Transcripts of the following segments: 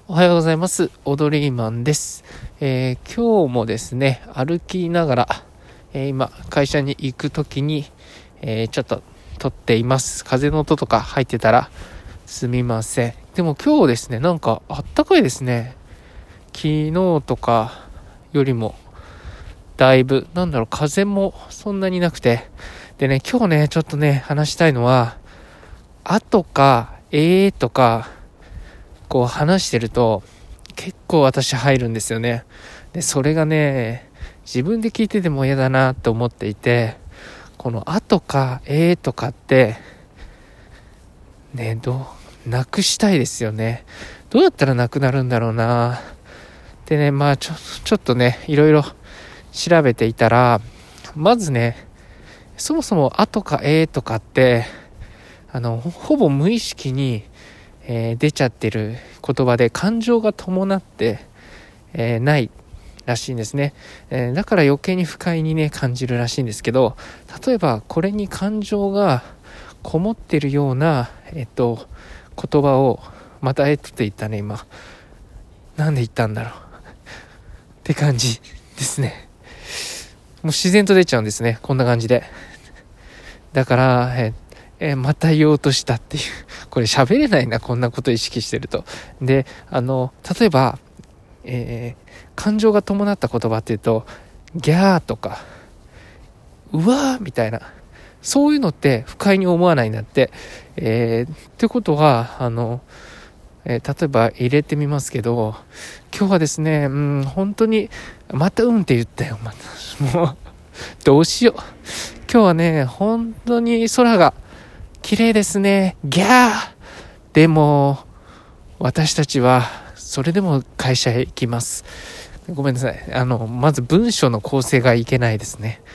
おはようございます。オドリーマンです。今日もですね、歩きながら、今会社に行くときに、ちょっと撮っています。風の音とか入ってたらすみません。でも今日ですね、なんかあったかいですね。昨日とかよりもだいぶ風もそんなになくて、でね、今日ねちょっとね話したいのは、あとかとかこう話してると結構私入るんですよね。でそれがね、自分で聞いてても嫌だなと思っていて、このあとかとかってね、なくしたいですよね。どうやったらなくなるんだろうな。でね、ちょっとねいろいろ調べていたら、まずね、そもそもあとかとかってほぼ無意識に出ちゃってる言葉で、感情が伴って、ないらしいんですね。だから余計に不快にね感じるらしいんですけど、例えばこれに感情がこもってるような言葉を、またって言ったね今。なんで言ったんだろうって感じですね。もう自然と出ちゃうんですね、こんな感じで。だからまた言おうとしたっていう、これ喋れないな、こんなこと意識してると。で例えば、感情が伴った言葉っていうと、ギャーとかうわーみたいな、そういうのって不快に思わないんだって。ってことは例えば入れてみますけど、今日はですね、本当にまたって言ったよ、もうどうしよう。今日はね本当に空が綺麗ですね、ギャー。でも私たちはそれでも会社へ行きます。ごめんなさい、まず文章の構成がいけないですね。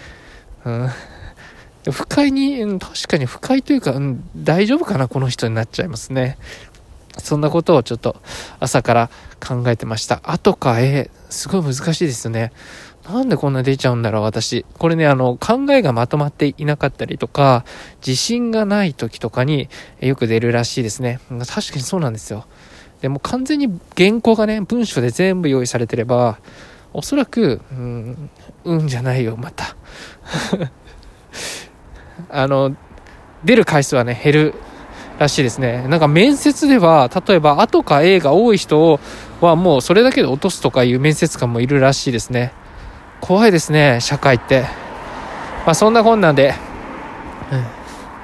不快に、確かに不快というか、大丈夫かなこの人になっちゃいますね。そんなことをちょっと朝から考えてました。あとかすごい難しいですよね。なんでこんな出ちゃうんだろう私。これね、考えがまとまっていなかったりとか、自信がない時とかによく出るらしいですね。確かにそうなんですよ。でも完全に原稿がね、文章で全部用意されてれば、おそらくじゃないよまた出る回数はね減るらしいですね。なんか面接では、例えばあとかが多い人はもうそれだけで落とすとかいう面接官もいるらしいですね。怖いですね、社会って。そんなこんなんで、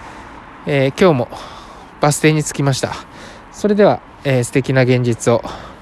今日もバス停に着きました。それでは、素敵な現実を。